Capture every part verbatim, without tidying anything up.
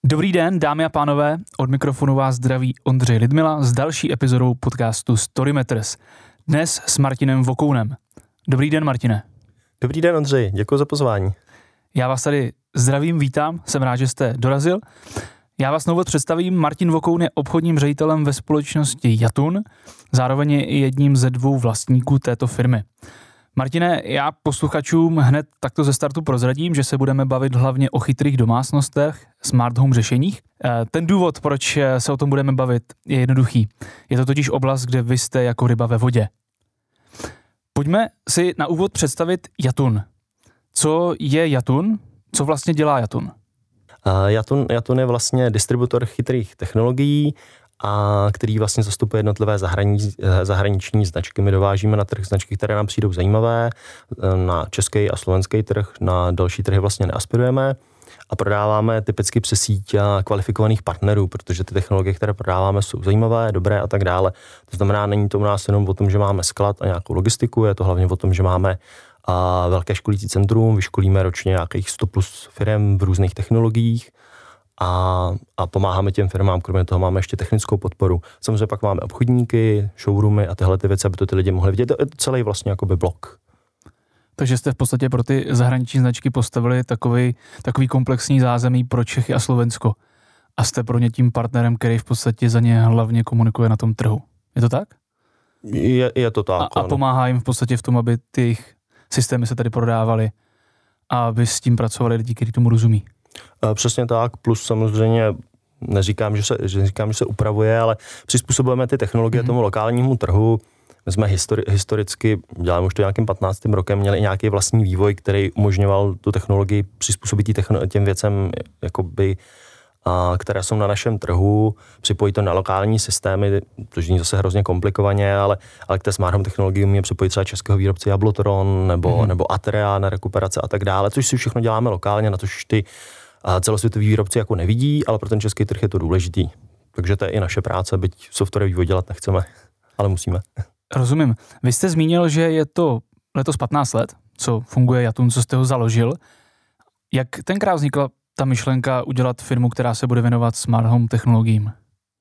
Dobrý den, dámy a pánové, od mikrofonu vás zdraví Ondřej Lidmila s další epizodou podcastu Story Matters. Dnes s Martinem Vokounem. Dobrý den, Martine. Dobrý den, Ondřej, děkuji za pozvání. Já vás tady zdravím, vítám, jsem rád, že jste dorazil. Já vás na úvod představím, Martin Vokoun je obchodním ředitelem ve společnosti Jatun, zároveň je i jedním ze dvou vlastníků této firmy. Martine, já posluchačům hned takto ze startu prozradím, že se budeme bavit hlavně o chytrých domácnostech, smart home řešeních. Ten důvod, proč se o tom budeme bavit, je jednoduchý. Je to totiž oblast, kde vy jste jako ryba ve vodě. Pojďme si na úvod představit Jatun. Co je Jatun? Co vlastně dělá Jatun? Uh, Jatun, Jatun je vlastně distributor chytrých technologií, a který vlastně zastupuje jednotlivé zahrani, zahraniční značky. My dovážíme na trh značky, které nám přijdou zajímavé, na český a slovenský trh, na další trhy vlastně neaspirujeme a prodáváme typicky přes síť kvalifikovaných partnerů, protože ty technologie, které prodáváme, jsou zajímavé, dobré a tak dále. To znamená, není to u nás jenom o tom, že máme sklad a nějakou logistiku, je to hlavně o tom, že máme a velké školící centrum, vyškolíme ročně nějakých sto plus firem v různých technologiích a, a pomáháme těm firmám, kromě toho máme ještě technickou podporu. Samozřejmě pak máme obchodníky, showroomy a tyhle ty věci, aby to ty lidi mohli vidět. To je celý vlastně jakoby blok. Takže jste v podstatě pro ty zahraniční značky postavili takový, takový komplexní zázemí pro Čechy a Slovensko. A jste pro ně tím partnerem, který v podstatě za ně hlavně komunikuje na tom trhu. Je to tak? Je, je to tak. A, a pomáhá jim v podstatě v tom, aby ty systémy se tady prodávaly a aby s tím pracovali lidi, kteří tomu rozumí. Přesně tak, plus samozřejmě neříkám, že se, že říkám, že se upravuje, ale přizpůsobujeme ty technologie mm-hmm. tomu lokálnímu trhu. My jsme histori- historicky, děláme už to nějakým patnáctým rokem, měli nějaký vlastní vývoj, který umožňoval tu technologii přizpůsobit techno- těm věcem, jakoby, a, které jsou na našem trhu, připojit to na lokální systémy, což není zase hrozně komplikovaně, ale, ale k té smart home technologii umíme připojit třeba českého výrobce Jablotron nebo, mm-hmm. nebo Atrea na rekuperace a tak dále, což si všechno děláme lokálně, na tož ty a celosvětoví výrobci jako nevidí, ale pro ten český trh je to důležitý. Takže to je i naše práce, byť softwarový vývoj dělat nechceme, ale musíme. Rozumím. Vy jste zmínil, že je to letos patnáct let, co funguje Jatun, co jste ho založil. Jak tenkrát vznikla ta myšlenka udělat firmu, která se bude věnovat smart home technologiím?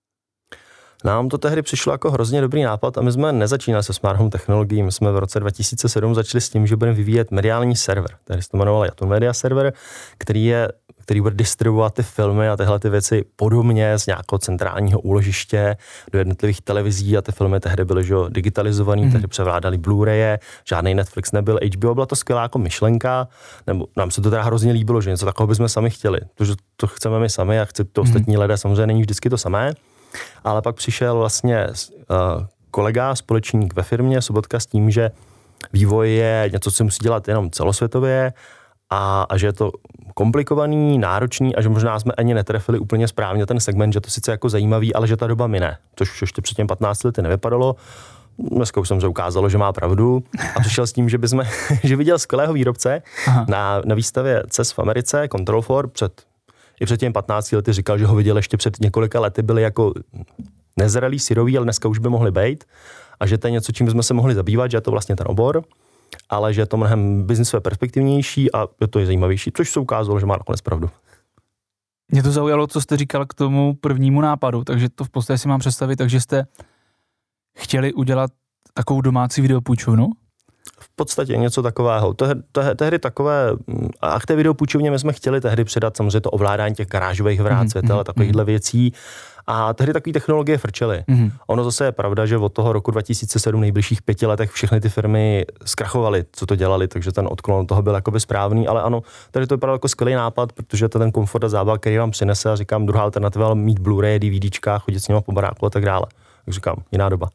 Nám to tehdy přišlo jako hrozně dobrý nápad a my jsme nezačínali se smart home technologií. My jsme v roce dva tisíce sedm začali s tím, že budeme vyvíjet mediální server. Tehdy se to jmenoval Jatun Media Server, který, je, který bude distribuovat ty filmy a tyhle ty věci podobně z nějakého centrálního úložiště do jednotlivých televizí a ty filmy tehdy byly že, digitalizovaný, mm. tehdy převládaly Blu-raye, žádný Netflix nebyl, H B O, byla to skvělá jako myšlenka, nebo nám se to teda hrozně líbilo, že něco takového bychom sami chtěli. Protože to chceme my sami a chce to mm. ostatní lidé, samozřejmě není vždycky to samé. Ale pak přišel vlastně uh, kolega, společník ve firmě Sobotka s tím, že vývoj je něco, co musí dělat jenom celosvětově a, a že je to komplikovaný, náročný a že možná jsme ani netrefili úplně správně ten segment, že to sice jako zajímavý, ale že ta doba mine. Což ještě před těmi patnácti lety nevypadalo. Dneska už jsem se ukázalo, že má pravdu a přišel s tím, že, bychom, že viděl skvělého výrobce na, na výstavě C E S v Americe, Control four, před I před těmi patnácti lety říkal, že ho viděl ještě před několika lety, byli jako nezralí, syroví, ale dneska už by mohli být. A že to je něco, čím jsme se mohli zabývat, že je to vlastně ten obor, ale že je to mnohem biznisově perspektivnější a je to je zajímavější, což se ukázalo, že má nakonec pravdu. Mě to zaujalo, co jste říkal k tomu prvnímu nápadu, takže to v podstatě si mám představit, takže jste chtěli udělat takovou domácí videopůjčovnu? V podstatě něco takového. Tehdy, tehdy takové, a k té videopůjčovně my jsme chtěli tehdy předat samozřejmě to ovládání těch garážových vrát mm, světel a takovýchhle mm. věcí. A tehdy takové technologie frčely. Mm. Ono zase je pravda, že od toho roku dva tisíce sedm nejbližších pěti letech všechny ty firmy zkrachovaly, co to dělali, takže ten odklon toho byl jakoby správný, ale ano, tady to vypadalo jako skvělý nápad, protože to ten komfort a zábava, který vám přinese, a říkám, druhá alternativa, mít Blu-ray, DVDčka, chodit s nimi po baráku a tak dále. Tak říkám, jiná doba.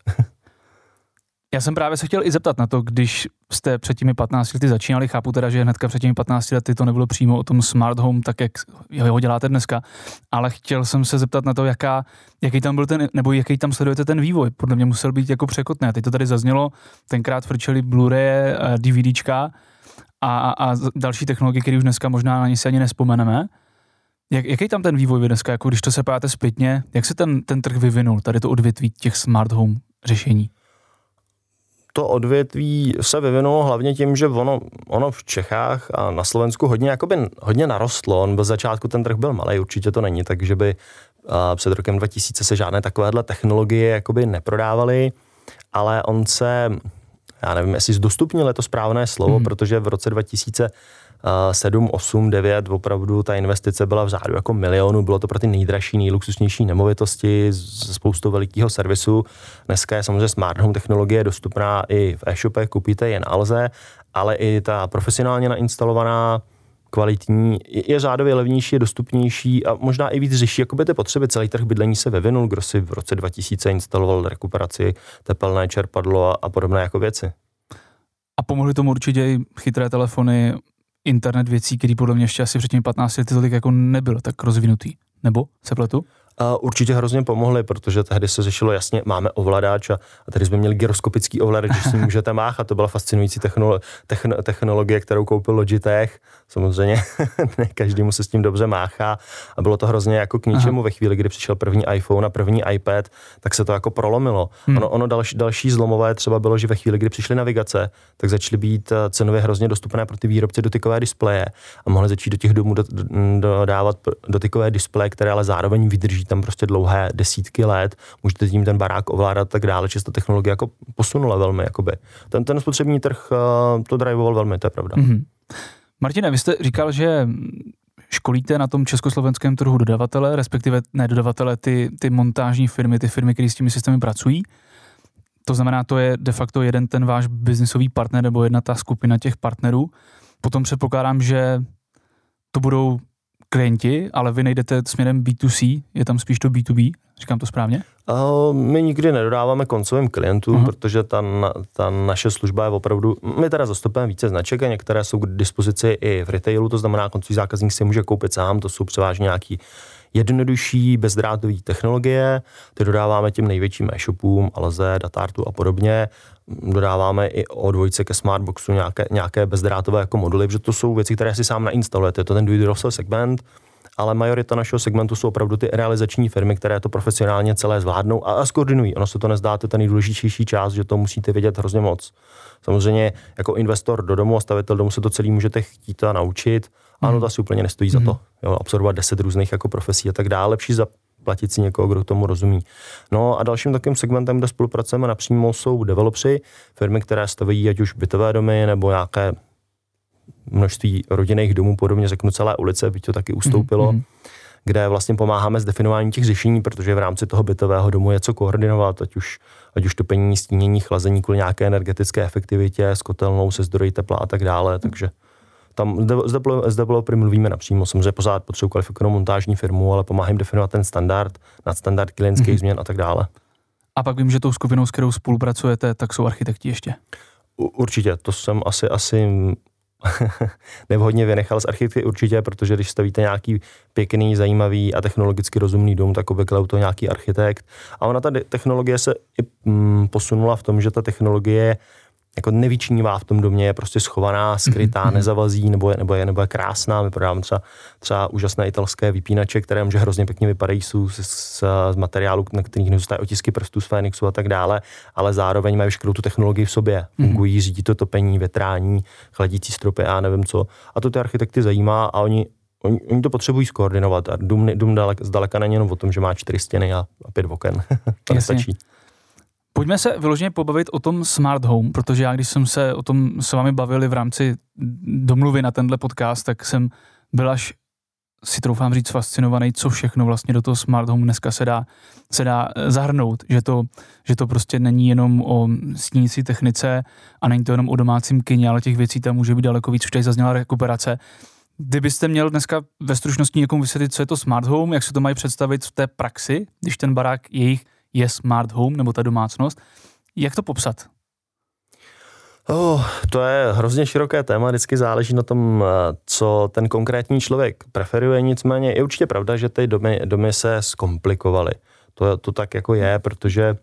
Já jsem právě se chtěl i zeptat na to, když jste před těmi patnácti lety začínali, chápu teda, že hnedka před těmi patnácti lety to nebylo přímo o tom smart home, tak jak ho děláte dneska, ale chtěl jsem se zeptat na to, jaká, jaký tam byl ten, nebo jaký tam sledujete ten vývoj. Podle mě musel být jako překotný. A teď to tady zaznělo, tenkrát frčeli Blu-ray, DVDčka a, a další technologie, které už dneska možná na ně se ani nevzpomeneme. Jak, jaký tam ten vývoj dneska, jako když to se páte zpětně, jak se ten, ten trh vyvinul, tady to odvětví těch smart home řešení? to odvětví se vyvinulo hlavně tím, že ono, ono v Čechách a na Slovensku hodně, jakoby, hodně narostlo. On byl začátku, ten trh byl malej, určitě to není, takže by a před rokem dva tisíce se žádné takovéhle technologie jakoby neprodávaly, ale on se, já nevím, jestli zdostupnil je to správné slovo, mm. protože v roce dva tisíce sedm, osm, devět opravdu ta investice byla v řádu jako milionu, bylo to pro ty nejdražší, nejluxusnější nemovitosti se spoustou velikého servisu. Dneska je samozřejmě smart home technologie dostupná i v e-shopech, koupíte je na Alze, ale i ta profesionálně nainstalovaná kvalitní, je řádově levnější, je dostupnější a možná i víc řeší jakoby ty potřeby. Celý trh bydlení se vyvinul, kdo si v roce dva tisíce instaloval rekuperaci, tepelné čerpadlo a, a podobné jako věci. A pomohly tomu určitě i chytré telefony, internet věcí, který podle mě ještě asi před těmi patnácti lety tolik jako nebyl tak rozvinutý. Nebo se pletu? A určitě hrozně pomohly, protože tehdy se řešilo jasně, máme ovladač a, a tady jsme měli gyroskopický ovladač, že s ním můžete máchat. To byla fascinující technolo- techn- technologie, kterou koupil Logitech. Samozřejmě ne každému se s tím dobře máchá a bylo to hrozně jako k ničemu. Aha. Ve chvíli, kdy přišel první iPhone a první iPad, tak se to jako prolomilo. Hmm. Ono, ono další, další zlomové třeba bylo, že ve chvíli, kdy přišly navigace, tak začaly být cenově hrozně dostupné pro ty výrobce dotykové displeje a mohly začít do těch domů dodávat dotykové displeje, které ale zároveň vydrží tam prostě dlouhé desítky let, můžete tím ten barák ovládat tak dále, že ta technologie jako posunula velmi, jakoby. Ten, ten spotřební trh uh, to drivoval velmi, to je pravda. Mm-hmm. Martine, vy jste říkal, že školíte na tom československém trhu dodavatele, respektive ne dodavatele, ty, ty montážní firmy, ty firmy, které s těmi systémy pracují. To znamená, to je de facto jeden ten váš biznisový partner nebo jedna ta skupina těch partnerů. Potom předpokládám, že to budou klienti, ale vy nejdete směrem bé dvě cé, je tam spíš to bé dvě bé, říkám to správně? Uh, my nikdy nedodáváme koncovým klientům, uh-huh. protože ta, ta naše služba je opravdu, my teda zastupujeme více značek a některé jsou k dispozici i v retailu, to znamená, koncový zákazník si může koupit sám, to jsou převážně nějaký jednodušší bezdrátové technologie, ty dodáváme těm největším e-shopům, Alze, Datartu a podobně. Dodáváme i o dvojce ke Smartboxu nějaké, nějaké bezdrátové jako moduly, protože to jsou věci, které si sám nainstalujete. Je to ten do-it-yourself segment, ale majorita našeho segmentu jsou opravdu ty realizační firmy, které to profesionálně celé zvládnou a, a skoordinují. Ono se to nezdá, to je ta nejdůležitější část, že to musíte vědět hrozně moc. Samozřejmě jako investor do domu a stavitel domu se to celý můžete chtít a naučit. Ano, to asi úplně nestojí mm. za to. Jo, absorbovat deset různých jako profesí a tak dále. Lepší zaplatit si někoho, kdo tomu rozumí. No a dalším takovým segmentem, kde spolupracujeme napřímo, jsou developři, firmy, které staví ať už bytové domy nebo nějaké množství rodinných domů, podobně řeknu celé ulice, by to taky ustoupilo, mm. kde vlastně pomáháme s definováním těch řešení, protože v rámci toho bytového domu je co koordinovat, ať už, ať už topení, stínění, chlazení kvůli nějaké energetické efektivitě, s kotelnou, se zdroji tepla a tak dále, takže tam s developery mluvíme napřímo. Samozřejmě pořád potřebuji kvalifikovanou montážní firmu, ale pomáhám definovat ten standard, nadstandard klientských mm-hmm. změn a tak dále. A pak vím, že tou skupinou, s kterou spolupracujete, tak jsou architekti ještě. U, určitě, to jsem asi, asi nevhodně vynechal z architekty určitě, protože když stavíte nějaký pěkný, zajímavý a technologicky rozumný dům, tak obvykle je to nějaký architekt. A ona ta technologie se i mm, posunula v tom, že ta technologie jako nevyčnívá v tom domě, je prostě schovaná, skrytá, mm-hmm. nezavazí, nebo je, nebo je, nebo je krásná. My prodáváme třeba, třeba úžasné italské vypínače, které může hrozně pěkně vypadají, jsou z, z, z materiálu, na kterých nezůstají otisky prstů z Fénixu a tak dále, ale zároveň mají veškerou tu technologii v sobě. Fungují, mm-hmm. řídí to topení, větrání, chladící stropy a nevím co. A to ty architekty zajímá a oni, oni, oni to potřebují skoordinovat. A dům, dům dalek, zdaleka není jenom o tom, že má čtyři stěny a, a pět oken. To nestačí. Pojďme se vyloženě pobavit o tom smart home, protože já, když jsem se o tom s vámi bavili v rámci domluvy na tenhle podcast, tak jsem byl až, si troufám říct, fascinovaný, co všechno vlastně do toho smart home dneska se dá, se dá zahrnout, že to, že to prostě není jenom o stínící technice a není to jenom o domácím kyně, ale těch věcí tam může být daleko víc, už tady zazněla rekuperace. Kdybyste měl dneska ve stručnosti někomu vysvětlit, co je to smart home, jak se to mají představit v té praxi, když ten barák jejich je smart home, nebo ta domácnost. Jak to popsat? Oh, to je hrozně široké téma, vždycky záleží na tom, co ten konkrétní člověk preferuje, nicméně je určitě pravda, že ty domy, domy se zkomplikovaly. To, to tak jako je, protože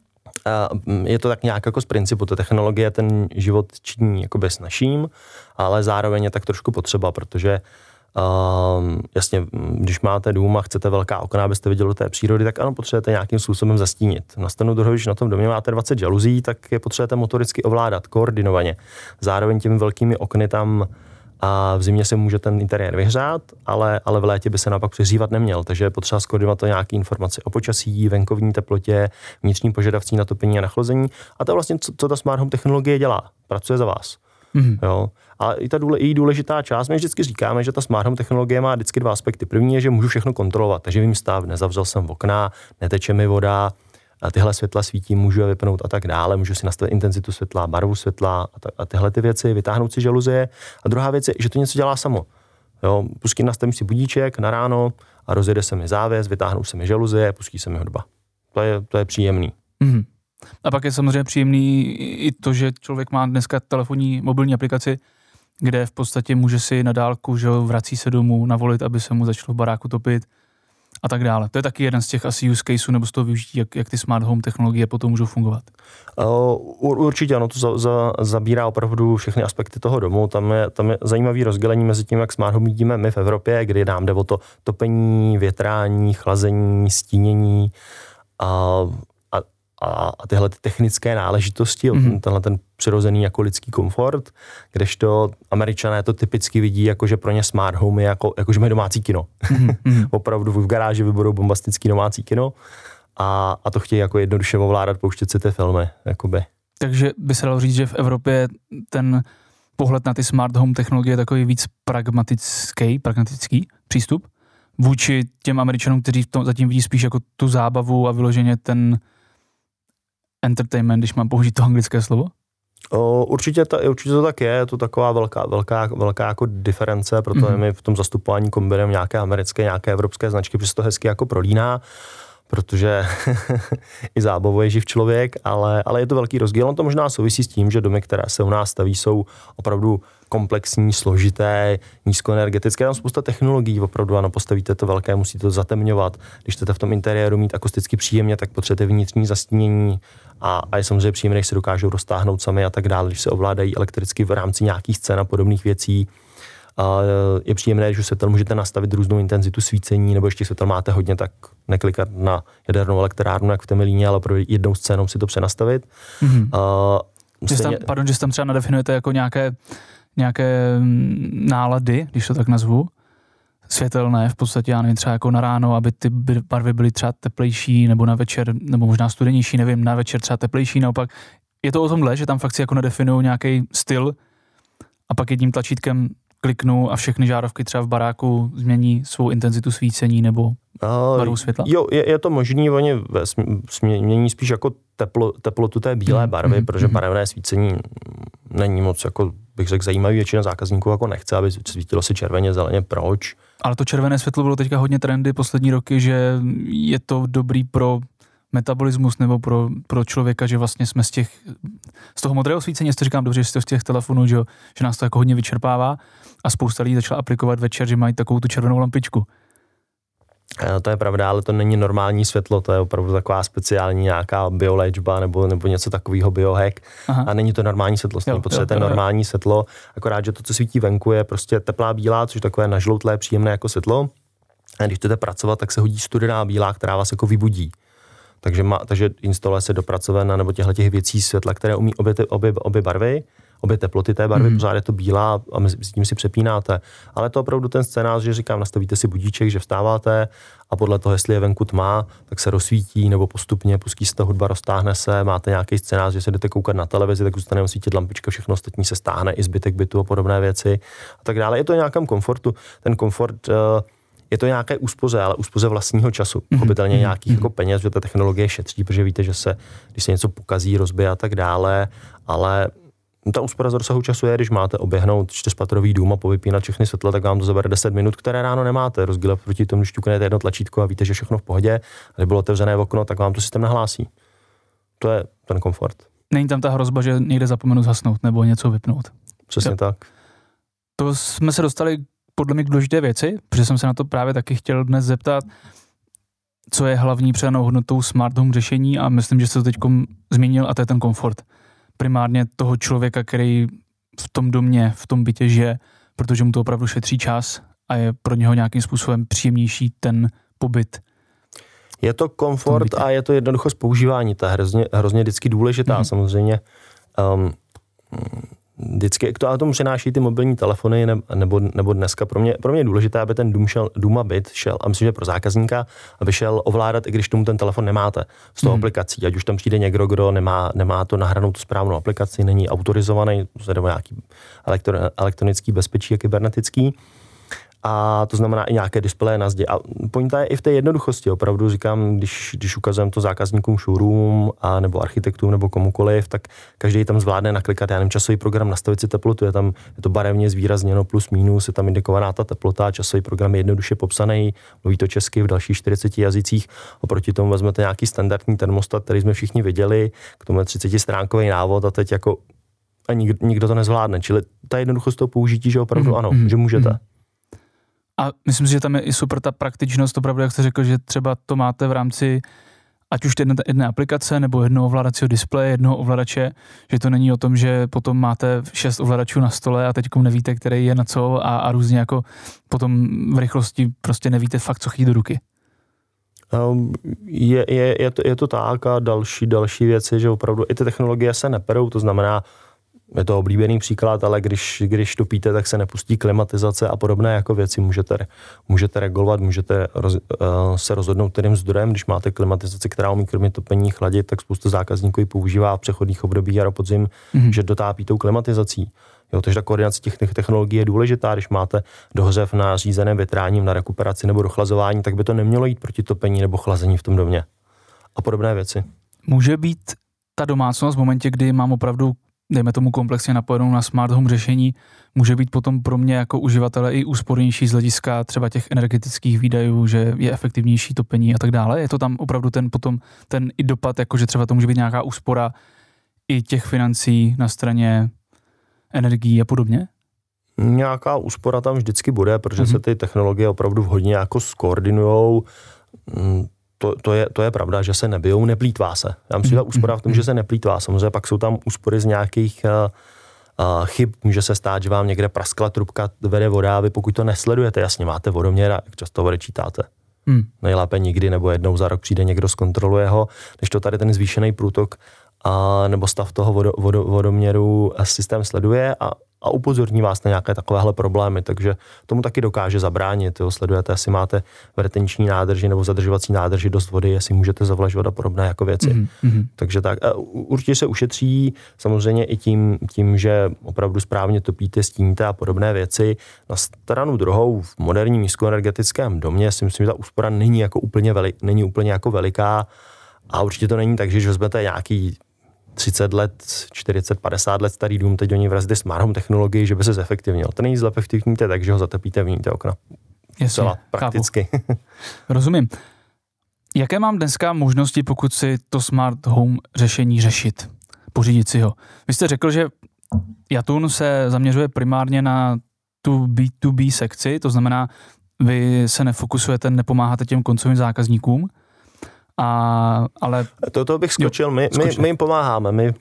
je to tak nějak jako z principu, ta technologie ten život činí jakoby snazším, ale zároveň je tak trošku potřeba, protože Um, jasně, když máte dům a chcete velká okna, abyste viděli do té přírody, tak ano, potřebujete nějakým způsobem zastínit. Na stranu druhou, když na tom domě máte dvacet žaluzí, tak je potřebujete motoricky ovládat, koordinovaně. Zároveň těmi velkými okny tam a v zimě se může ten interiér vyhřát, ale, ale v létě by se naopak přehřívat neměl, takže je potřeba skoordinovat to nějaké informace o počasí, venkovní teplotě, vnitřní požadavcí na topení a nachlazení. A to je vlastně, co, co ta smart home technologie dělá. Pracuje za vás. Mm-hmm. Jo. Ale i ta důle, její důležitá část, my vždycky říkáme, že ta smart home technologie má vždycky dva aspekty. První je, že můžu všechno kontrolovat, takže vím stav, nezavřel jsem okna, neteče mi voda, a tyhle světla svítí, můžu je vypnout a tak dále, můžu si nastavit intenzitu světla, barvu světla a, ta, a tyhle ty věci, vytáhnout si žaluzie. A druhá věc je, že to něco dělá samo. Jo, pustím, nastavím si budíček na ráno a rozjede se mi závěs, vytáhnou se mi žaluzie, pustí se mi hudba. To je, to je příjemný. Mm-hmm. A pak je samozřejmě příjemný i to, že člověk má dneska telefonní mobilní aplikaci, kde v podstatě může si na dálku, že vrací se domů, navolit, aby se mu začalo v baráku topit a tak dále. To je taky jeden z těch asi use caseů nebo z toho využití, jak, jak ty smart home technologie potom můžou fungovat. Uh, určitě, ano, to za, za, zabírá opravdu všechny aspekty toho domu. Tam je, tam je zajímavý rozdělení mezi tím, jak smart home vidíme my v Evropě, kdy nám jde o to topení, větrání, chlazení, stínění a A, a tyhle ty technické náležitosti, mm-hmm. tenhle ten přirozený jako lidský komfort, kdežto Američané to typicky vidí, jako že pro ně smart home je jako, jako že mají domácí kino. Mm-hmm. Opravdu v garáži vybudou bombastický domácí kino a, a to chtějí jako jednoduše ovládat, pouštět si ty filmy. Jakoby. Takže by se dalo říct, že v Evropě ten pohled na ty smart home technologie je takový víc pragmatický, pragmatický přístup vůči těm Američanům, kteří to zatím vidí spíš jako tu zábavu a vyloženě ten entertainment, když mám použít to anglické slovo? O, určitě, ta, určitě to tak je, je to taková velká, velká, velká jako diference, proto mm-hmm. my v tom zastupování kombinujeme nějaké americké, nějaké evropské značky, protože se to hezky jako prolíná, protože i zábavuje živ člověk, ale, ale je to velký rozdíl. On to možná souvisí s tím, že domy, které se u nás staví, jsou opravdu komplexní, složité, nízkoenergetické. Tam spousta technologií opravdu, ano, postavíte to velké, musíte to zatemňovat. Když chcete v tom interiéru mít akusticky příjemně, tak potřebujete vnitřní zastínění a, a je samozřejmě příjemné, když se dokážou roztáhnout sami a tak dále, když se ovládají elektricky v rámci nějakých scén a podobných věcí. A je příjemné, že světel můžete nastavit různou intenzitu svícení, nebo ještě světel máte hodně, tak neklikat na jadernou elektrárnu, jak v Temelíně, ale pro jednou scénou si to přenastavit. Mm-hmm. Uh, že stejně... tam, pardon, že tam třeba nadefinujete jako nějaké, nějaké nálady, když to tak nazvu, světelné, v podstatě, já nevím, třeba jako na ráno, aby ty barvy byly třeba teplejší, nebo na večer, nebo možná studenější, nevím, na večer třeba teplejší, naopak. Je to o tomhle, že tam fakt si jako nedefinují nějaký styl a pak jedním tlačítkem kliknu a všechny žárovky třeba v baráku změní svou intenzitu svícení nebo barvu světla? Jo, je, je to možný, oni změní spíš jako teplo, teplotu té bílé barvy, mm, protože mm. barevné svícení není moc, jako bych řekl, zajímavý, většina zákazníků jako nechce, aby svítilo si červeně, zeleně, proč? Ale to červené světlo bylo teďka hodně trendy poslední roky, že je to dobrý pro metabolismus nebo pro, pro člověka, že vlastně jsme z těch, z toho modrého svícení, jestli říkám dobře, že jste z těch telefonů, že, že nás to jako hodně vyčerpává a spousta lidí začala aplikovat večer, že mají takovou tu červenou lampičku. To je pravda, ale to není normální světlo, to je opravdu taková speciální nějaká bioléčba nebo, nebo něco takového biohack. Aha. A není to normální světlo, potřebujete normální světlo, akorát, že to, co svítí venku, je prostě teplá bílá, což je takové nažloutlé, příjemné jako světlo. A když chcete pracovat, tak se hodí studená bílá, která vás jako vybudí. Takže, má, takže instaluje se do pracoven nebo těchto těch věcí světla, které umí obě, ty, obě, obě barvy, obě teploty té barvy, mm. pořád je to bílá a mezi tím si přepínáte. Ale to opravdu ten scénář, že říkám, nastavíte si budíček, že vstáváte a podle toho, jestli je venku tma, tak se rozsvítí nebo postupně pustí se ta hudba, roztáhne se, máte nějaký scénář, že se jdete koukat na televizi, tak zůstane svítit lampička, všechno ostatní se stáhne, i zbytek bytu a podobné věci a tak dále. Je to nějakém komfortu. Ten komfort uh, je to nějaké úspoře, ale úspoře vlastního času. Pochopitelně mm-hmm. nějakých jako peněz, že ta technologie šetří, protože víte, že se, když se něco pokazí, rozbije a tak dále, ale ta úspora z rozsahu času je, když máte oběhnout čtyřpatrový dům a povypínat všechny světla, tak vám to zabere deset minut, které ráno nemáte. Rozdíl proti tomu, když ťuknete jedno tlačítko a víte, že všechno v pohodě, a když bylo otevřené okno, tak vám to systém nahlásí. To je ten komfort. Není tam ta hrozba, že někde zapomenu zhasnout nebo něco vypnout. Přesně jo. tak. To jsme se dostali podle mě k důležité věci, protože jsem se na to právě taky chtěl dnes zeptat, co je hlavní přidanou hodnotou smart home řešení a myslím, že se to teď zmínil a to je ten komfort. Primárně toho člověka, který v tom domě, v tom bytě žije, protože mu to opravdu šetří čas a je pro něho nějakým způsobem příjemnější ten pobyt. Je to komfort a je to jednoduchost používání, ta je hrozně, hrozně vždycky důležitá, mm-hmm. samozřejmě. Um, vždycky, to a tomu přináší ty mobilní telefony, ne, nebo, nebo dneska. Pro mě, pro mě je důležité, aby ten dům, šel, dům a byt šel, a myslím, že pro zákazníka, aby šel ovládat, i když tomu ten telefon nemáte z toho mm. aplikací. Ať už tam přijde někdo, kdo nemá, nemá to nahranou tu správnou aplikaci, není autorizovaný, nebo nějaký elektro, elektronický bezpečí a kybernetický. A to znamená i nějaké displeje na zdi. A pointa je i v té jednoduchosti. Opravdu říkám, když, když ukazujeme to zákazníkům showroom a nebo architektům nebo komukoliv, tak každý tam zvládne naklikat, já nevím, časový program, nastavit si teplotu, je tam je to barevně zvýrazněno plus minus, je tam indikovaná ta teplota, časový program je jednoduše popsaný, mluví to česky v dalších čtyřiceti jazycích. Oproti tomu vezmete nějaký standardní termostat, který jsme všichni viděli, k tomu je třicetistránkový návod a teď jako a nikdo, nikdo to nezvládne. Čili ta jednoduchost toho použití, že opravdu mm, ano, mm, že můžete. Mm. A myslím si, že tam je i super ta praktičnost, opravdu, jak jste řekl, že třeba to máte v rámci ať už jedné, jedné aplikace nebo jednoho ovládacího displeje, jednoho ovladače, že to není o tom, že potom máte šest ovladačů na stole a teďkom nevíte, který je na co a, a různě jako potom v rychlosti prostě nevíte fakt, co chytí do ruky. Um, je, je, je, to, je to tak a další, další věci, že opravdu i ty technologie se neperou, to znamená, je to oblíbený příklad, ale když, když topíte, tak se nepustí klimatizace a podobné jako věci. Můžete, můžete regulovat, můžete roz, uh, se rozhodnout kterým zdrojem. Když máte klimatizaci, která umí kromě topení chladit, tak spousta zákazníků ji používá v přechodných období jaro podzim, mm-hmm. že dotápí tou klimatizací. Jo, takže ta koordinace těch technologií je důležitá. Když máte dohřev na řízeném větráním, na rekuperaci nebo dochlazování, tak by to nemělo jít proti topení nebo chlazení v tom domě. A podobné věci. Může být ta domácnost v momentě, kdy mám opravdu dejme tomu komplexně napojenou na smart home řešení, může být potom pro mě jako uživatele i úspornější z hlediska třeba těch energetických výdajů, že je efektivnější topení a tak dále. Je to tam opravdu ten potom ten i dopad, jakože třeba to může být nějaká úspora i těch financí na straně energií a podobně? Nějaká úspora tam vždycky bude, protože mm-hmm. se ty technologie opravdu hodně jako skoordinujou. To, to, je, to je pravda, že se nebijou, neplýtvá se. Já myslím, že ta úspora v tom, že se neplýtvá. Samozřejmě pak jsou tam úspory z nějakých uh, uh, chyb. Může se stát, že vám někde praskla trubka, vede voda, vy pokud to nesledujete, jasně máte vodoměr a jak často odečítáte. Hmm. Nejlépe nikdy nebo jednou za rok přijde někdo, zkontroluje ho, než to tady ten zvýšený průtok a, nebo stav toho vodo, vodo, vodoměru systém sleduje a, a upozorní vás na nějaké takovéhle problémy, takže tomu taky dokáže zabránit. Jo. Sledujete, jestli máte v retenční nádrži nebo zadržovací nádrži dost vody, jestli můžete zavlažovat a podobné jako věci. Mm-hmm. Takže tak, určitě se ušetří, samozřejmě i tím, tím, že opravdu správně topíte, stíníte a podobné věci. Na stranu druhou v moderním nízkoenergetickém domě si myslím, že ta úspora není, jako úplně, veli, není úplně jako veliká a určitě to není tak, že když vezmete nějaký třicet let, čtyřicet, padesát let starý dům, teď oni vrazí smart home technologii, že by se zefektivnil. To není zefektivníte tak, že ho zatepíte, vyníte okna. Jasně, prakticky. Rozumím. Jaké mám dneska možnosti, pokud si to smart home řešení řešit? Pořídit si ho. Vy jste řekl, že Jatun se zaměřuje primárně na tu bé dvě bé sekci, to znamená, vy se nefokusujete, nepomáháte těm koncovým zákazníkům, A, ale... Toto bych skočil, my, my, my jim pomáháme, my uh,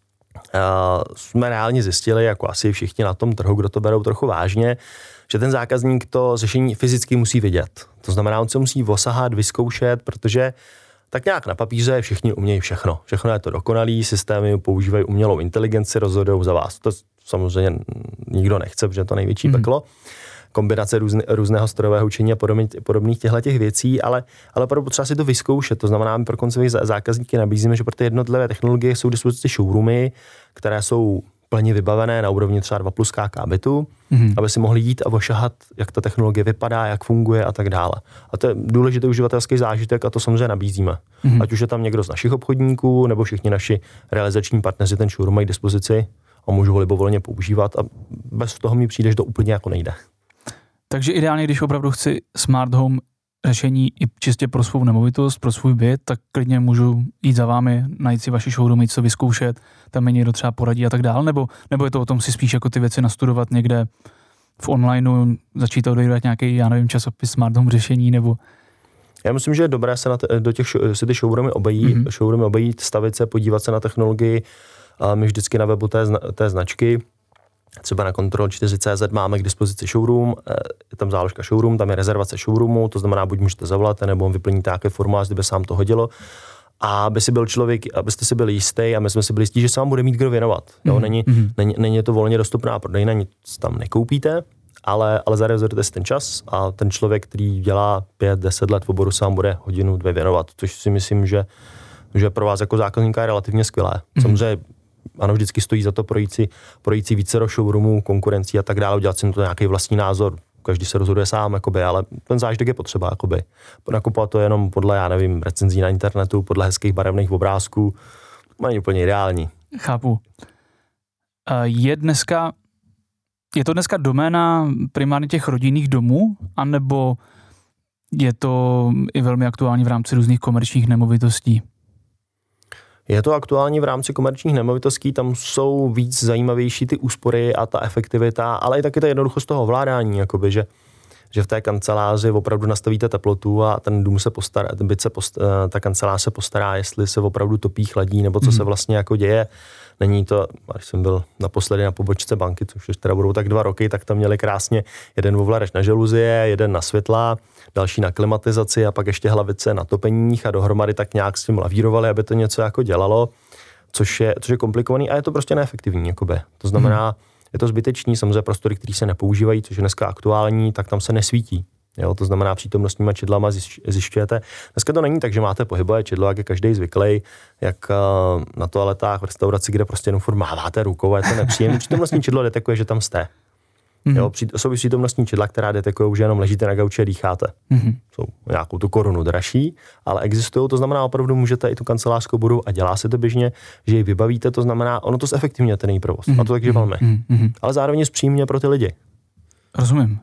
jsme reálně zjistili, jako asi všichni na tom trhu, kdo to berou trochu vážně, že ten zákazník to řešení fyzicky musí vidět. To znamená, on se musí osahat, vyzkoušet, protože tak nějak na papíře všichni umějí všechno. Všechno je to dokonalý, systémy používají umělou inteligenci, rozhodují za vás. To samozřejmě nikdo nechce, protože je to největší mm. peklo. Kombinace různe, různého strojového učení a podobných, podobných těchto těch ale, ale potřeba si to vyzkoušet. To znamená, my pro koncové zákazníky nabízíme, že pro ty jednotlivé technologie jsou k dispozici showroomy, které jsou plně vybavené na úrovni třeba dva plus K bytu, mm-hmm. aby si mohli jít a ošahat, jak ta technologie vypadá, jak funguje a tak dále. A to je důležitý uživatelský zážitek a to samozřejmě nabízíme. Mm-hmm. Ať už je tam někdo z našich obchodníků, nebo všichni naši realizační partneři ten showroom mají k dispozici a můžou ho libovolně používat a bez toho mi přijde, že to úplně jako nejde. Takže ideálně, když opravdu chci smart home řešení i čistě pro svou nemovitost, pro svůj byt, tak klidně můžu jít za vámi, najít si vaši showroom, jít co vyzkoušet, tam mi někdo třeba poradí a tak dál, nebo, nebo je to o tom si spíš jako ty věci nastudovat někde v onlineu, začít odejdat nějaký, já nevím, časopis smart home řešení, nebo... Já myslím, že je dobré se na te, do těch si ty showroomy obejít, mm-hmm. showroomy obejít, stavit se, podívat se na technologii. A my vždycky na webu té, té značky Třeba na Kontrol čtyři tečka cé zet máme k dispozici showroom, je tam záložka showroom, tam je rezervace showroomu, to znamená, buď můžete zavolat, nebo vyplníte nějaké formulář, kdyby se vám to hodilo. A aby si byl člověk, abyste si byli jistý a my jsme si byli jistí, že se vám bude mít kdo věnovat. Jo, není, mm-hmm. není, není to volně dostupná prodejna, nic tam nekoupíte, ale, ale zarezervujete si ten čas a ten člověk, který dělá pět, deset let v oboru, se vám bude hodinu, dvě věnovat, což si myslím, že, že pro vás jako zákazníka je relativně skvělé. Mm-hmm. Samozřejmě ano, vždycky stojí za to projít si, projít si více do showroomů, konkurencí a tak dále, udělat si na to nějaký vlastní názor. Každý se rozhoduje sám, jakoby, ale ten zážitek je potřeba. Jakoby. Nakupovat to jenom podle, já nevím, recenzí na internetu, podle hezkých barevných obrázků, není úplně ideální. Chápu. Je dneska, je to dneska doména primárně těch rodinných domů, anebo je to i velmi aktuální v rámci různých komerčních nemovitostí? Je to aktuální v rámci komerčních nemovitostí, tam jsou víc zajímavější ty úspory a ta efektivita, ale i taky ta jednoduchost toho ovládání, jakoby, že, že v té kanceláři opravdu nastavíte teplotu a ten dům se postará, ten byt se postará, ta kancelář se postará, jestli se opravdu topí, chladí, nebo co mm. se vlastně jako děje. Není to, když jsem byl naposledy na pobočce banky, což už teda budou tak dva roky, tak tam měli krásně jeden ovladač na žaluzie, jeden na světla, další na klimatizaci a pak ještě hlavice na topeních a dohromady tak nějak s tím lavírovali, aby to něco jako dělalo, což je, což je komplikovaný a je to prostě neefektivní. Jakoby. To znamená, hmm. je to zbytečný, samozřejmě prostory, které se nepoužívají, což je dneska aktuální, tak tam se nesvítí. Jo, to znamená, přítomnostníma čidlama zjišťujete. Dneska to není tak, že máte pohybové čidlo, jak je každý zvyklý, jak uh, na toaletách v restauraci, kde prostě jenom furt máváte rukou a je to nepříjemné. Přítomnostní čidlo detekuje, že tam jste. Mm-hmm. Jo, při, jsou přítomnostní čidla, která detekují, že jenom ležíte na gauči a dýcháte. Mm-hmm. Jsou nějakou tu korunu dražší, ale existují, to znamená, opravdu můžete i tu kancelářskou budovu a dělá se to běžně, že ji vybavíte, to znamená, ono to zefektivňuje ten její provoz. Mm-hmm. A to takže velmi. Mm-hmm. Ale zároveň zpříjemně pro ty lidi. Rozumím.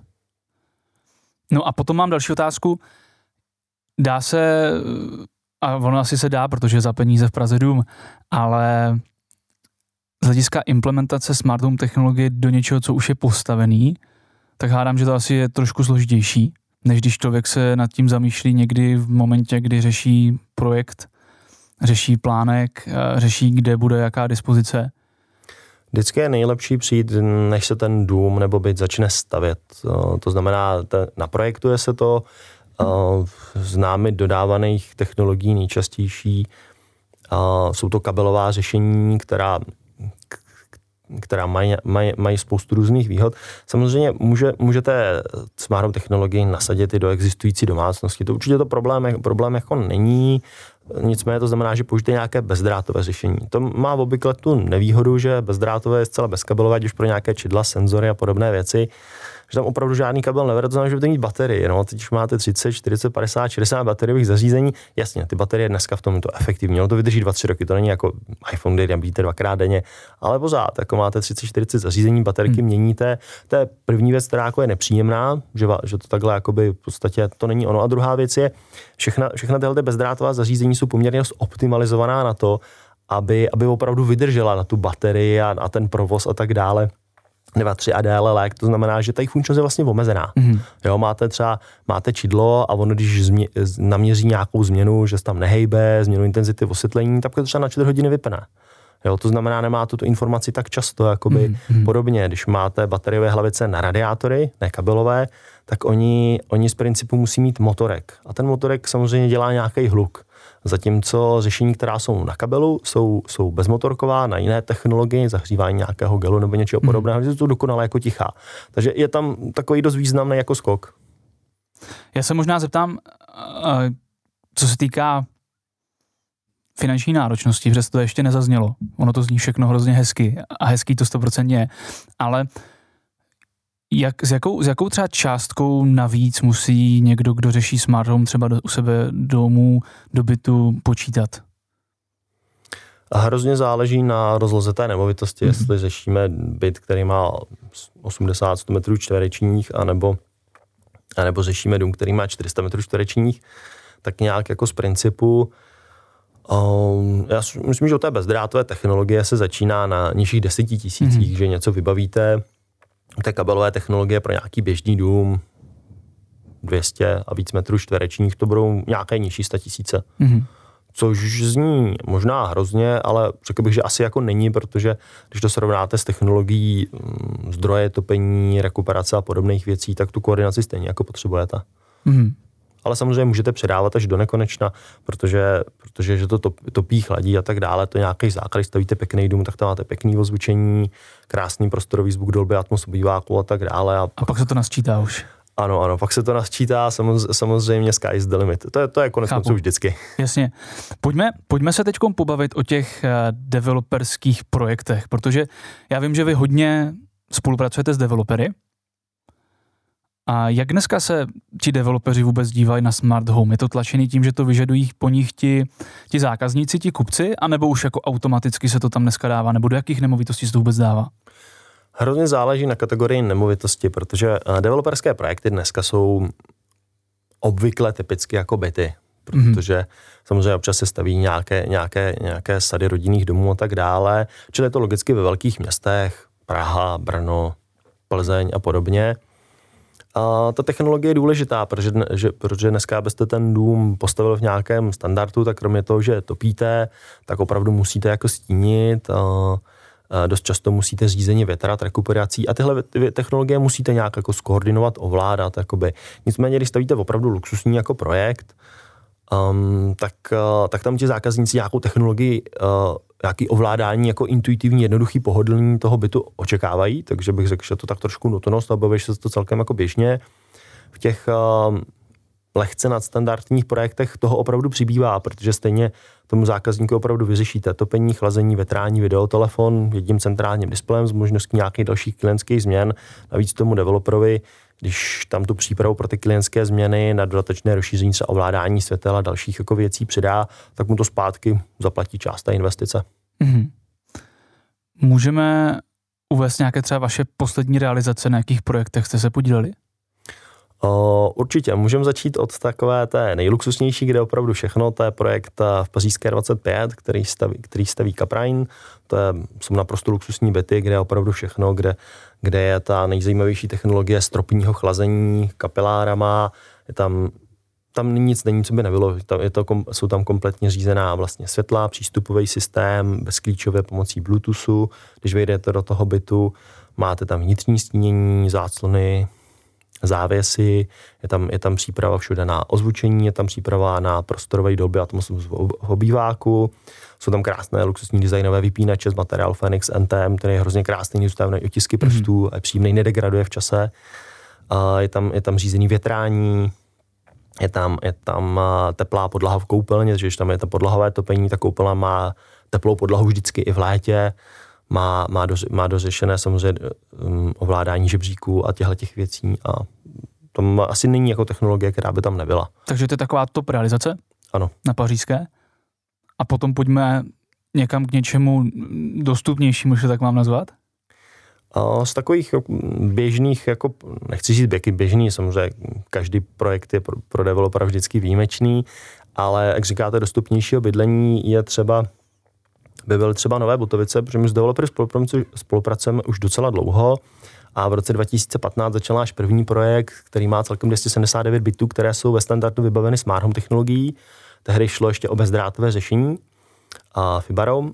No a potom mám další otázku. Dá se, a ono asi se dá, protože za peníze v Praze dům, ale z hlediska implementace smart home technologie do něčeho, co už je postavený, tak hádám, že to asi je trošku složitější, než když člověk se nad tím zamýšlí někdy v momentě, kdy řeší projekt, řeší plánek, řeší, kde bude jaká dispozice. Vždycky je nejlepší přijít, než se ten dům nebo byt začne stavět. To znamená, te, naprojektuje se to, z námi dodávaných technologií nejčastější jsou to kabelová řešení, která, která mají, mají, mají spoustu různých výhod. Samozřejmě může, můžete smart home technologii nasadit i do existující domácnosti. To určitě to problém, problém jako není. Nicméně to znamená, že použijete nějaké bezdrátové řešení. To má obvykle tu nevýhodu, že bezdrátové je zcela bezkabelové, ať už pro nějaké čidla, senzory a podobné věci, že tam opravdu žádný kabel nevede, to znamená, že budete mít baterii. No, teď už máte třicet, čtyřicet, padesát, šedesát bateriových zařízení. Jasně, ty baterie dneska v tom to efektivní, no to vydrží dva tři roky, to není jako iPhone, který nabíjíte dvakrát denně, ale pořád, jako máte třicet, čtyřicet zařízení, baterky hmm. měníte. To je první věc, která jako je nepříjemná, že, že to takhle jakoby v podstatě to není ono. A druhá věc je, všechna, všechna tyhle bezdrátová zařízení jsou poměrně optimalizovaná na to, aby, aby opravdu vydržela na tu baterii a, a ten provoz a tak dále. Dva, tři a déle lék, to znamená, že ta jejich funkčnost je vlastně omezená. Mm-hmm. Jo, máte třeba, máte čidlo a ono, když změ, naměří nějakou změnu, že se tam nehejbe, změnu intenzity osvětlení, tak to třeba na čtyři hodiny vypne. Jo, to znamená, nemá tu informaci tak často, jakoby mm-hmm. podobně. Když máte bateriové hlavice na radiátory, ne kabelové, tak oni, oni z principu musí mít motorek. A ten motorek samozřejmě dělá nějaký hluk. Zatímco řešení, která jsou na kabelu, jsou, jsou bezmotorková, na jiné technologii, zahřívání nějakého gelu nebo něčeho podobného, mm-hmm. to dokonale jako tichá. Takže je tam takový dost významný jako skok. Já se možná zeptám, co se týká finanční náročnosti, protože to ještě nezaznělo. Ono to zní všechno hrozně hezky a hezký to sto procent je, ale jak, s, jakou, s jakou třeba částkou navíc musí někdo, kdo řeší smart home třeba do, u sebe domů, do bytu počítat? A hrozně záleží na rozloze té nemovitosti, mm-hmm. jestli řešíme byt, který má osmdesát sto metrů čtverečních, anebo, anebo řešíme dům, který má čtyři sta metrů čtverečních, tak nějak jako z principu. Um, já myslím, že u té bezdrátové technologie se začíná na nižších deseti tisících, mm-hmm. že něco vybavíte. Té kabelové technologie pro nějaký běžný dům dvě stě a víc metrů čtverečních, to budou nějaké nižší sta tisíce. Mm-hmm. což zní možná hrozně, ale řekl bych, že asi jako není, protože když to srovnáte s technologií hm, zdroje, topení, rekuperace a podobných věcí, tak tu koordinaci stejně jako potřebujete. Mm. Ale samozřejmě můžete předávat až do nekonečna, protože, protože že to topí, chladí a tak dále, to je nějaký základ, stavíte pěkný dům, tak tam máte pěkný ozvučení, krásný prostorový zvuk, Dolby Atmos, obýváku a tak dále. A, a pak se to nasčítá už. Ano, ano, pak se to nasčítá, samozřejmě sky is the limit. To je, to je konec konců vždycky. Jasně. Pojďme, pojďme se teď pobavit o těch developerských projektech, protože já vím, že vy hodně spolupracujete s developery. A jak dneska se ti developeři vůbec dívají na smart home? Je to tlačený tím, že to vyžadují po nich ti, ti zákazníci, ti kupci, anebo už jako automaticky se to tam dneska dává, nebo do jakých nemovitostí se to vůbec dává? Hrozně záleží na kategorii nemovitosti, protože developerské projekty dneska jsou obvykle typicky jako byty, protože mm-hmm. samozřejmě občas se staví nějaké, nějaké, nějaké sady rodinných domů a tak dále, čili je to logicky ve velkých městech, Praha, Brno, Plzeň a podobně. A ta technologie je důležitá, protože, že, protože dneska, abyste ten dům postavil v nějakém standardu, tak kromě toho, že topíte, tak opravdu musíte jako stínit, a, a dost často musíte řízení větrat, rekuperací a tyhle technologie musíte nějak jako skoordinovat, ovládat. Jakoby. Nicméně, když stavíte opravdu luxusní jako projekt, um, tak, uh, tak tam ti zákazníci nějakou technologii, uh, nějaký ovládání jako intuitivní, jednoduchý, pohodlný toho bytu očekávají, takže bych řekl, že to tak trošku nutnost, objeví se to celkem jako běžně. V těch uh, lehce nadstandardních projektech toho opravdu přibývá, protože stejně tomu zákazníku opravdu vyřešíte topení, chlazení, větrání, videotelefon jedním centrálním displejem s možností nějakých dalších klientských změn. Navíc tomu developerovi, když tam tu přípravu pro ty klientské změny na dodatečné rozšíření se ovládání světel a dalších jako věcí přidá, tak mu to zpátky zaplatí část té investice. Mm-hmm. Můžeme uvést nějaké třeba vaše poslední realizace, na jakých projektech jste se podíleli? O, určitě, můžeme začít od takové té nejluxusnější, kde opravdu všechno, to je projekt v Pařížské dvacet pět, který staví, který staví Kaprain, to je, jsou naprosto luxusní byty, kde je opravdu všechno, kde, kde je ta nejzajímavější technologie stropního chlazení kapilárama, je tam, tam nic není, co by nebylo, tam je to, jsou tam kompletně řízená vlastně světla, přístupový systém, bezklíčové pomocí Bluetoothu, když vejdete do toho bytu, máte tam vnitřní stínění, záclony, závěsy, je tam, je tam příprava všude na ozvučení, je tam příprava na prostorový Dolby Atmos v obýváku, jsou tam krásné luxusní designové vypínače z materiálu Phoenix N T M, který je hrozně krásný, nezůstávají otisky prstů, mm-hmm. a je příjemný, nedegraduje v čase. A je tam, je tam řízený větrání, je tam, je tam teplá podlaha v koupelně, takže když tam je to podlahové topení, ta koupelna má teplou podlahu vždycky i v létě. Má, má, do, má dořešené samozřejmě um, ovládání žebříků a těchto těch věcí a tam asi není jako technologie, která by tam nebyla. Takže to je taková top realizace? Ano. Na pařížské? A potom pojďme někam k něčemu dostupnějšímu, že tak mám nazvat? A z takových běžných, jako, nechci říct běky běžný, samozřejmě každý projekt je pro, pro developera vždycky výjimečný, ale jak říkáte, dostupnějšího bydlení je třeba by byly třeba Nové Butovice, protože my s developery spolupracujeme už docela dlouho a v roce dva tisíce patnáct začal náš první projekt, který má celkem dvě stě sedmdesát devět bytů, které jsou ve standardu vybaveny smart home technologií. Tehdy šlo ještě o bezdrátové řešení a fibarou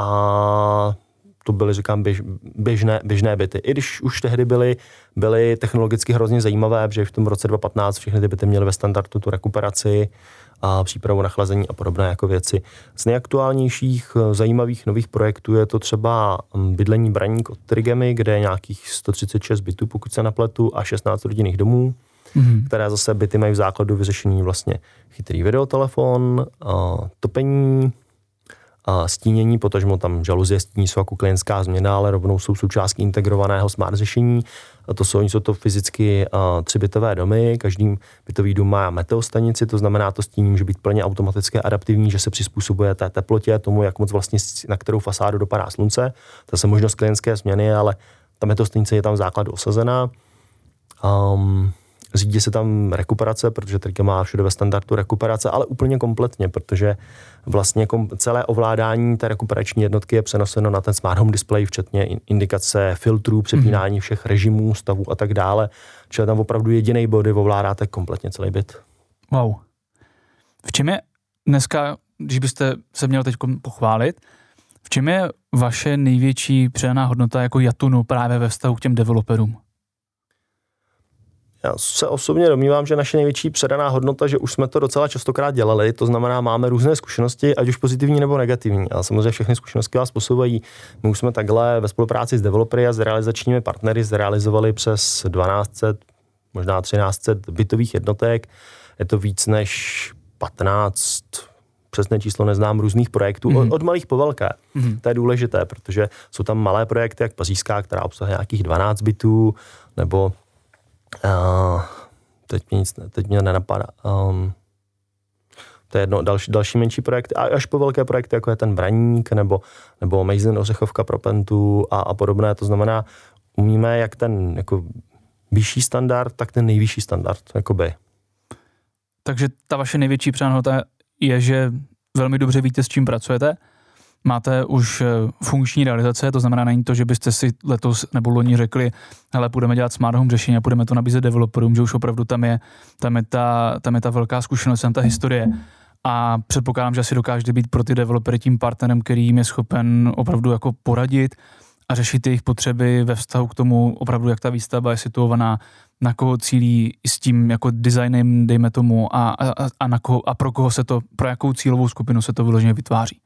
a to byly, říkám, běž, běžné, běžné byty. I když už tehdy byly, byly technologicky hrozně zajímavé, protože v tom roce dva tisíce patnáct všechny ty byty měly ve standardu tu rekuperaci a přípravu na chlazení a podobné jako věci. Z nejaktuálnějších zajímavých nových projektů je to třeba bydlení Braník od Trigemy, kde je nějakých sto třicet šest bytů, pokud se napletu, a šestnáct rodinných domů, mm-hmm. které zase byty mají v základu vyřešený vlastně chytrý videotelefon, a topení, a stínění, potažmo tam žaluzie, stíní jsou jako klientská změna, ale rovnou jsou součástí integrovaného smart řešení. A to jsou, jsou to fyzicky uh, tři bytové domy, každý bytový dům má meteostanici, to znamená, to stíní může být plně automatické, adaptivní, že se přizpůsobuje té teplotě, tomu, jak moc vlastně na kterou fasádu dopadá slunce. To je možnost klientské změny, ale ta meteostanice je tam v základu osazená. Um, Řídí se tam rekuperace, protože Trigema má všude ve standardu rekuperace, ale úplně kompletně, protože vlastně kom- celé ovládání té rekuperační jednotky je přenoseno na ten smart home display, včetně indikace filtrů, přepínání všech režimů, stavů a tak dále. Čili tam opravdu jediný bod, ovládáte kompletně celý byt. Wow. V čem je dneska když byste se měl teď pochválit, v čem je vaše největší přidaná hodnota jako Yatunu právě ve vztahu k těm developerům? Já se osobně domnívám, že naše největší předaná hodnota, že už jsme to docela častokrát dělali, to znamená, máme různé zkušenosti, ať už pozitivní nebo negativní. A samozřejmě všechny zkušenosti vás posouvají. My už jsme takhle ve spolupráci s developery a s realizačními partnery zrealizovali přes dvanáct set, možná třináct set bytových jednotek. Je to víc než patnáct, přesné číslo neznám, různých projektů, mm-hmm. od, od malých po velké. Mm-hmm. To je důležité, protože jsou tam malé projekty, jak Pařížská, která obsahuje nějakých dvanáct bytů, nebo Uh, teď mě nic, teď mě nenapadá. Um, to je jedno, další, další menší projekt, a až po velké projekty, jako je ten Braník, nebo, nebo Mejzlin Ořechovka pro Pentu a, a podobné. To znamená, umíme jak ten jako vyšší standard, tak ten nejvyšší standard, jakoby. Takže ta vaše největší přidaná je, že velmi dobře víte, s čím pracujete. Máte už funkční realizace, to znamená, není to, že byste si letos nebo loni řekli, hele, budeme dělat smart home řešení a budeme to nabízet developerům, že už opravdu tam je, tam je, ta, tam je ta velká zkušenost, tam ta historie. A předpokládám, že asi dokážete být pro ty developery tím partnerem, který jim je schopen opravdu jako poradit a řešit jejich potřeby ve vztahu k tomu opravdu, jak ta výstavba je situovaná, na koho cílí s tím jako designem, dejme tomu, a, a, a, na koho, a pro koho se to, pro jakou cílovou skupinu se to vyloženě vytváří.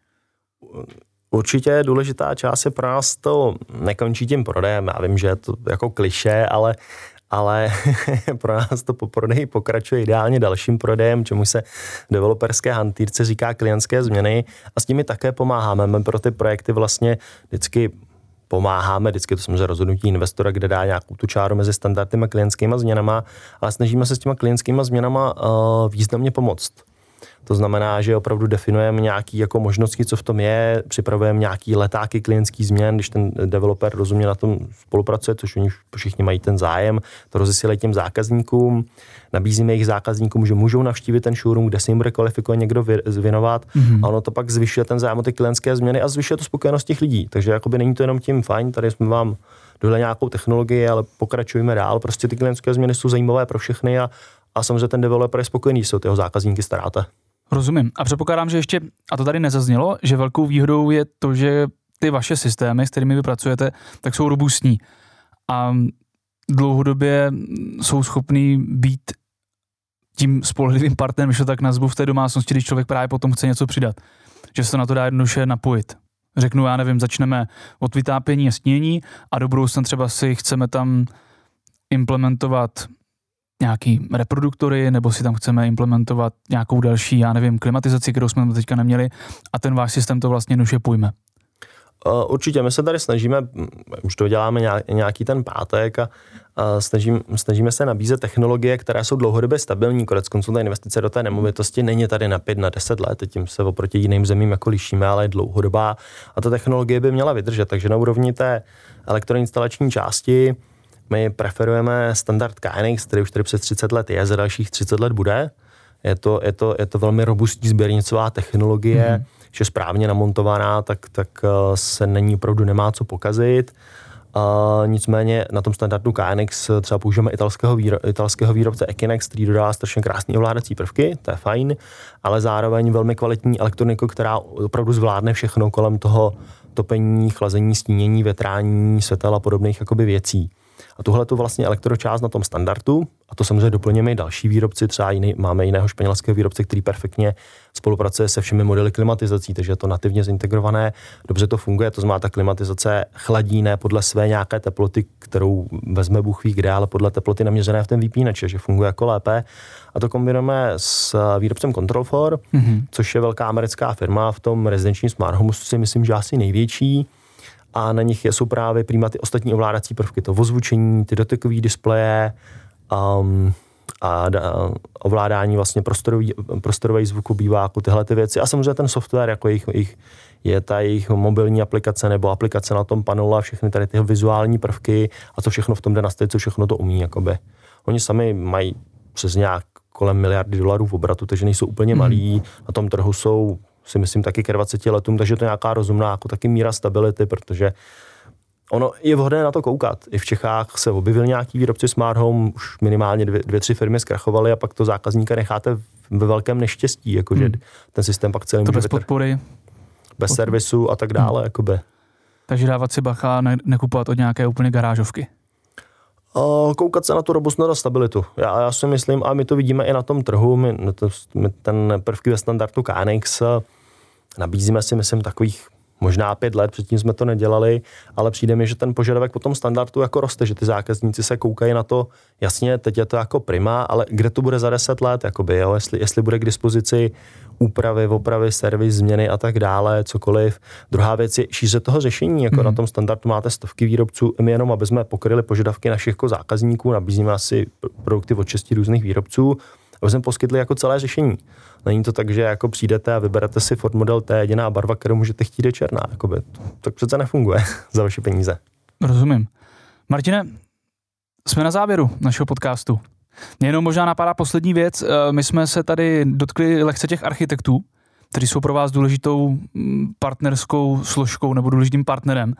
Určitě důležitá část je pro nás to nekončí tím prodejem. Já vím, že je to jako klišé, ale, ale pro nás to po prodeji pokračuje ideálně dalším prodejem, čemu se developerské hantýrce říká klientské změny, a s nimi také pomáháme. My pro ty projekty vlastně vždycky pomáháme, vždycky to samozřejmě rozhodnutí investora, kde dá nějakou tu čáru mezi standardními klientskými změnama, ale snažíme se s těma klientskými změnama uh, významně pomoct. To znamená, že opravdu definujeme nějaké jako možnosti, co v tom je, připravujeme nějaký letáky klientských změn, když ten developer rozumně na tom spolupracuje, což oni všichni mají ten zájem, to rozesílají těm zákazníkům, nabízíme jejich zákazníkům, že můžou navštívit ten showroom, kde se jim bude kvalifikovat někdo věnovat, mm-hmm. a ono to pak zvyšuje ten zájem o ty klientské změny a zvyšuje to spokojenost těch lidí. Takže jakoby není to jenom tím fajn, tady jsme vám dole nějakou technologii, ale pokračujeme dál. Prostě ty klientské změny jsou zajímavé pro všechny a, a samozřejmě ten developer je spokojený, se o tyho zákazníky staráte. Rozumím. A předpokládám, že ještě, a to tady nezaznělo, že velkou výhodou je to, že ty vaše systémy, s kterými vy pracujete, tak jsou robustní. A dlouhodobě jsou schopný být tím spolehlivým partnerem, když to tak nazvu, v té domácnosti, když člověk právě potom chce něco přidat. Že se na to dá jednoduše napojit. Řeknu, já nevím, začneme od vytápění a snížení a do budoucna třeba si chceme tam implementovat nějaký reproduktory, nebo si tam chceme implementovat nějakou další, já nevím, klimatizaci, kterou jsme teďka neměli, a ten váš systém to vlastně jednoduše pojme. Určitě, my se tady snažíme, už to děláme nějaký ten pátek a, a snažím, snažíme se nabízet technologie, které jsou dlouhodobě stabilní. Koneckonců ta investice do té nemovitosti není tady na pět, na deset let, tím se oproti jiným zemím jako lišíme, ale je dlouhodobá a ta technologie by měla vydržet. Takže na úrovni té elektroinstalační části my preferujeme standard K N X, který už tady přes třicet let je, za dalších třicet let bude. Je to, je to, je to velmi robustní sběrnicová technologie, mm. že správně namontovaná, tak, tak se není opravdu nemá co pokazit. Uh, nicméně na tom standardu K N X třeba použijeme italského, výro, italského výrobce Ekinex, který dodává strašně krásný ovládací prvky, to je fajn, ale zároveň velmi kvalitní elektroniku, která opravdu zvládne všechno kolem toho topení, chlazení, stínění, větrání, světel a podobných jakoby věcí. A tuhle tu vlastně elektročást na tom standardu, a to samozřejmě doplňujeme i další výrobci, třeba jiný, máme jiného španělského výrobce, který perfektně spolupracuje se všemi modely klimatizací, takže je to nativně zintegrované, dobře to funguje, to znamená, ta klimatizace chladí ne podle své nějaké teploty, kterou vezme Bůh ví kde, ale podle teploty naměřené v ten vypínači, že funguje jako lépe. A to kombinujeme s výrobcem Control four, mm-hmm. což je velká americká firma v tom rezidenčním smart home, si myslím, že asi největší. A na nich jsou právě prima ty ostatní ovládací prvky, to ozvučení, ty dotykové displeje um, a, a ovládání vlastně prostorový, prostorových zvuků, býváku, tyhle ty věci. A samozřejmě ten software, jako jejich, jejich, je ta jejich mobilní aplikace nebo aplikace na tom panelu a všechny tady ty vizuální prvky a co všechno v tom jde nastavit, co všechno to umí. Jakoby. Oni sami mají přes nějak kolem miliardy dolarů v obratu, takže nejsou úplně malí, mm. na tom trhu jsou si myslím taky ke dvaceti letům, takže to je nějaká rozumná jako taky míra stability, protože ono je vhodné na to koukat. I v Čechách se objevil nějaký výrobci smart home, už minimálně dvě, dvě tři firmy zkrachovaly a pak to zákazníka necháte ve velkém neštěstí, jakože hmm. ten systém pak celý to může bez podpory. Bez servisu a tak dále. Hmm. Jakoby. Takže dávat si bacha, ne, nekupovat od nějaké úplně garážovky. Uh, koukat se na tu robustnost a stabilitu. Já, já si myslím, a my to vidíme i na tom trhu, my, to, my ten prvky ve standardu K N X nabízíme si, myslím, takových možná pět let, předtím jsme to nedělali, ale přijde mi, že ten požadavek po tom standardu jako roste, že ty zákazníci se koukají na to, jasně, teď je to jako prima, ale kde to bude za deset let, jakoby, jo? Jestli, jestli bude k dispozici úpravy, opravy, servis, změny a tak dále, cokoliv. Druhá věc je šíře toho řešení, jako mm. na tom standardu máte stovky výrobců, my jenom, aby jsme pokryli požadavky našich jako zákazníků, nabízíme asi produkty od šesti různých výrobců, aby jsme poskytli jako celé řešení. Není to tak, že jako přijdete a vyberete si Ford Model T, jediná barva, kterou můžete chtít, je černá. Jakoby. Tak přece nefunguje za vaše peníze. Rozumím. Martine, jsme na závěru našeho podcastu. Mě jenom možná napadá poslední věc. My jsme se tady dotkli lehce těch architektů, kteří jsou pro vás důležitou partnerskou složkou nebo důležitým partnerem.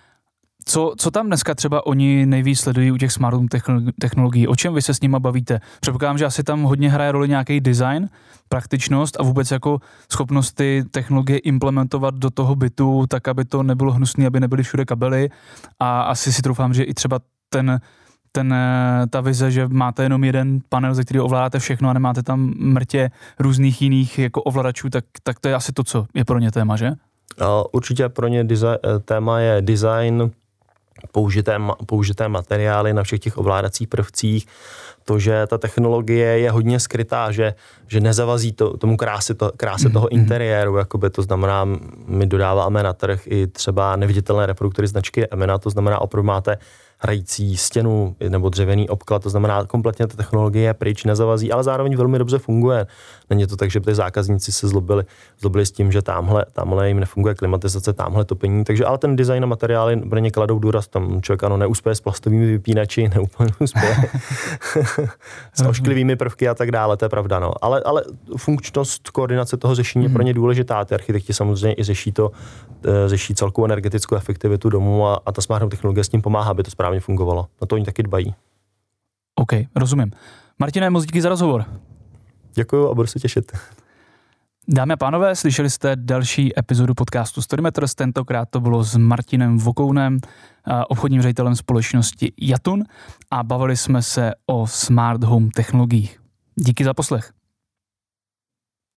Co, co tam dneska třeba oni nejvíc sledují u těch smart home technologií? O čem vy se s nima bavíte? Předpokládám, že asi tam hodně hraje roli nějaký design, praktičnost a vůbec jako schopnost ty technologie implementovat do toho bytu, tak aby to nebylo hnusný, aby nebyly všude kabely. A asi si troufám, že i třeba ten, ten, ta vize, že máte jenom jeden panel, ze kterého ovládáte všechno a nemáte tam mrtě různých jiných jako ovladačů, tak, tak to je asi to, co je pro ně téma, že? Určitě pro ně design, téma je design, Použité, použité materiály na všech těch ovládacích prvcích, to, že ta technologie je hodně skrytá, že, že nezavazí to, tomu kráse, to, kráse toho interiéru, jakoby to znamená, my dodáváme na trh i třeba neviditelné reproduktory značky Emena, to znamená, opravdu máte hrající stěnu nebo dřevěný obklad, to znamená, kompletně ta technologie je pryč, nezavazí, ale zároveň velmi dobře funguje. Není to tak, že by ty zákazníci se zlobili, zlobili s tím, že tamhle, tamhle jim nefunguje klimatizace, tamhle topení, takže ale ten design a materiály pro ně kladou důraz, tam člověk ano, neuspěje s plastovými vypínači, neúplně uspěje s ošklivými prvky a tak dále, to je pravda, no. Ale, ale funkčnost, koordinace toho řešení je pro ně důležitá, ty architekti samozřejmě i řeší to, řeší celkovou energetickou efektivitu domu a, a ta smart home technologie s tím pomáhá, aby to správně fungovalo. Na to oni taky dbají. OK, rozumím. Martine, moc díky za rozhovor. Děkuju a budu se těšit. Dámy a pánové, slyšeli jste další epizodu podcastu Storymeters, tentokrát to bylo s Martinem Vokounem, obchodním ředitelem společnosti Jatun a bavili jsme se o smart home technologiích. Díky za poslech.